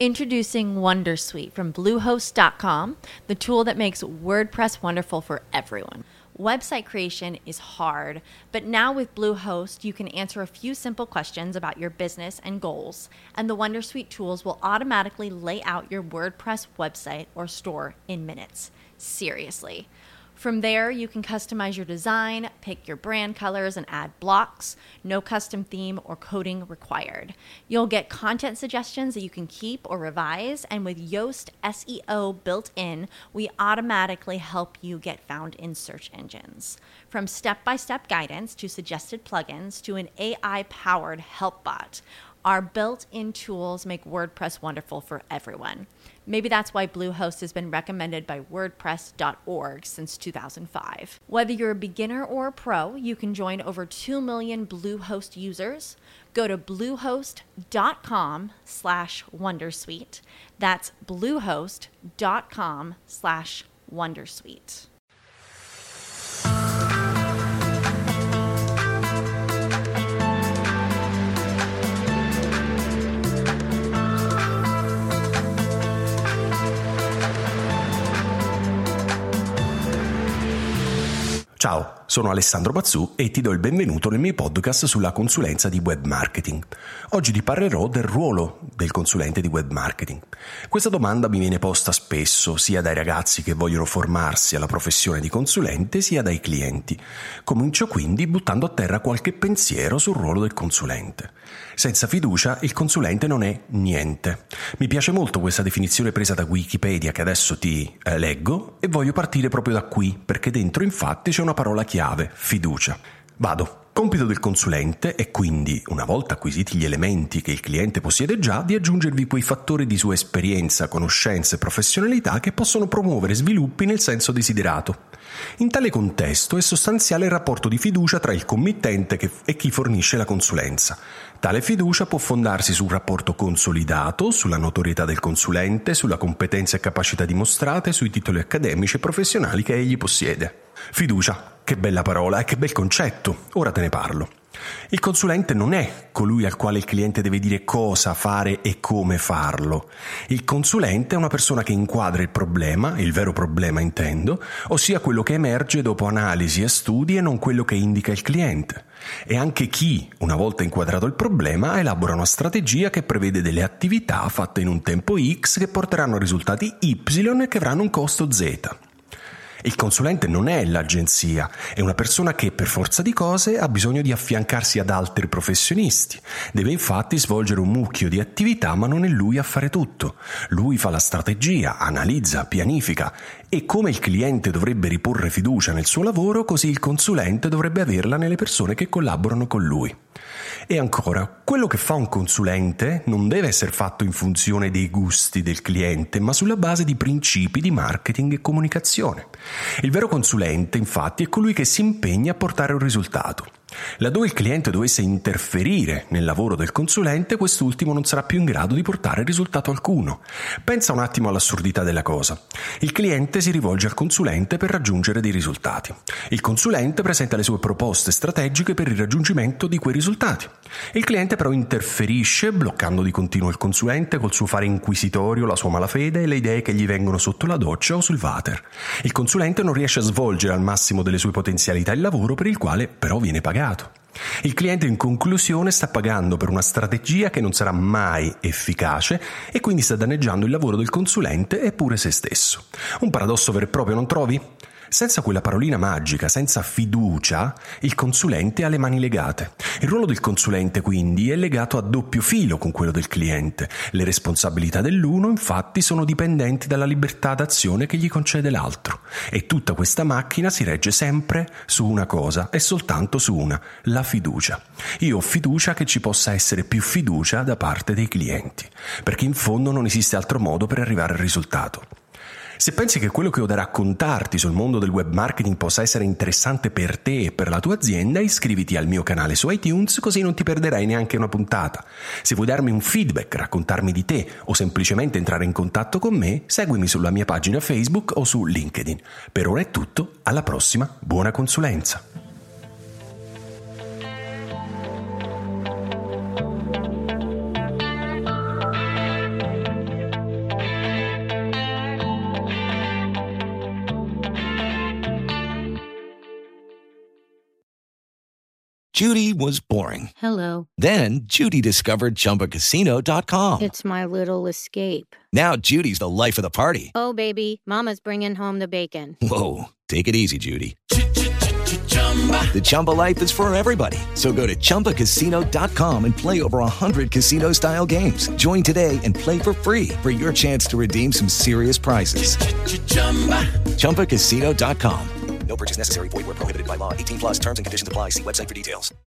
Introducing Wondersuite from Bluehost.com, the tool that makes WordPress wonderful for everyone. Website creation is hard, but now with Bluehost, you can answer a few simple questions about your business and goals, and the Wondersuite tools will automatically lay out your WordPress website or store in minutes. Seriously. From there, you can customize your design, pick your brand colors, and add blocks. No custom theme or coding required. You'll get content suggestions that you can keep or revise, and with Yoast SEO built in, we automatically help you get found in search engines. From step-by-step guidance to suggested plugins to an AI-powered help bot, our built-in tools make WordPress wonderful for everyone. Maybe that's why Bluehost has been recommended by WordPress.org since 2005. Whether you're a beginner or a pro, you can join over 2 million Bluehost users. Go to bluehost.com/wondersuite. That's bluehost.com/wondersuite. Ciao, sono Alessandro Pazzù e ti do il benvenuto nel mio podcast sulla consulenza di web marketing. Oggi ti parlerò del ruolo del consulente di web marketing. Questa domanda mi viene posta spesso, sia dai ragazzi che vogliono formarsi alla professione di consulente, sia dai clienti. Comincio quindi buttando a terra qualche pensiero sul ruolo del consulente. Senza fiducia il consulente non è niente. Mi piace molto questa definizione presa da Wikipedia che adesso ti leggo e voglio partire proprio da qui perché dentro infatti c'è una parola chiave, fiducia. Vado. Compito del consulente è quindi, una volta acquisiti gli elementi che il cliente possiede già, di aggiungervi quei fattori di sua esperienza, conoscenze e professionalità che possono promuovere sviluppi nel senso desiderato. In tale contesto è sostanziale il rapporto di fiducia tra il committente e chi fornisce la consulenza. Tale fiducia può fondarsi su un rapporto consolidato, sulla notorietà del consulente, sulla competenza e capacità dimostrate, sui titoli accademici e professionali che egli possiede. Fiducia, che bella parola e che bel concetto, ora te ne parlo. Il consulente non è colui al quale il cliente deve dire cosa fare e come farlo. Il consulente è una persona che inquadra il problema, il vero problema intendo, ossia quello che emerge dopo analisi e studi e non quello che indica il cliente. E anche chi, una volta inquadrato il problema, elabora una strategia che prevede delle attività fatte in un tempo X che porteranno a risultati Y e che avranno un costo Z. Il consulente non è l'agenzia, è una persona che per forza di cose ha bisogno di affiancarsi ad altri professionisti. Deve infatti svolgere un mucchio di attività, ma non è lui a fare tutto. Lui fa la strategia, analizza, pianifica e come il cliente dovrebbe riporre fiducia nel suo lavoro, così il consulente dovrebbe averla nelle persone che collaborano con lui. E ancora, quello che fa un consulente non deve essere fatto in funzione dei gusti del cliente, ma sulla base di principi di marketing e comunicazione. Il vero consulente, infatti, è colui che si impegna a portare un risultato. Laddove il cliente dovesse interferire nel lavoro del consulente, quest'ultimo non sarà più in grado di portare risultato alcuno. Pensa un attimo all'assurdità della cosa. Il cliente si rivolge al consulente per raggiungere dei risultati. Il consulente presenta le sue proposte strategiche per il raggiungimento di quei risultati. Il cliente però interferisce, bloccando di continuo il consulente col suo fare inquisitorio, la sua malafede e le idee che gli vengono sotto la doccia o sul water. Il consulente non riesce a svolgere al massimo delle sue potenzialità il lavoro per il quale però viene pagato. Il cliente in conclusione sta pagando per una strategia che non sarà mai efficace e quindi sta danneggiando il lavoro del consulente e pure se stesso. Un paradosso vero e proprio, non trovi? Senza quella parolina magica, senza fiducia, il consulente ha le mani legate. Il ruolo del consulente quindi è legato a doppio filo con quello del cliente. Le responsabilità dell'uno infatti sono dipendenti dalla libertà d'azione che gli concede l'altro. E tutta questa macchina si regge sempre su una cosa e soltanto su una, la fiducia. Io ho fiducia che ci possa essere più fiducia da parte dei clienti, perché in fondo non esiste altro modo per arrivare al risultato. Se pensi che quello che ho da raccontarti sul mondo del web marketing possa essere interessante per te e per la tua azienda, iscriviti al mio canale su iTunes così non ti perderai neanche una puntata. Se vuoi darmi un feedback, raccontarmi di te o semplicemente entrare in contatto con me, seguimi sulla mia pagina Facebook o su LinkedIn. Per ora è tutto, alla prossima, buona consulenza! Judy was boring. Hello. Then Judy discovered ChumbaCasino.com. It's my little escape. Now Judy's the life of the party. Oh, baby, mama's bringing home the bacon. Whoa, take it easy, Judy. The Chumba life is for everybody. So go to ChumbaCasino.com and play over 100 casino-style games. Join today and play for free for your chance to redeem some serious prizes. ChumbaCasino.com. No purchase necessary. Void where prohibited by law. 18 plus terms and conditions apply. See website for details.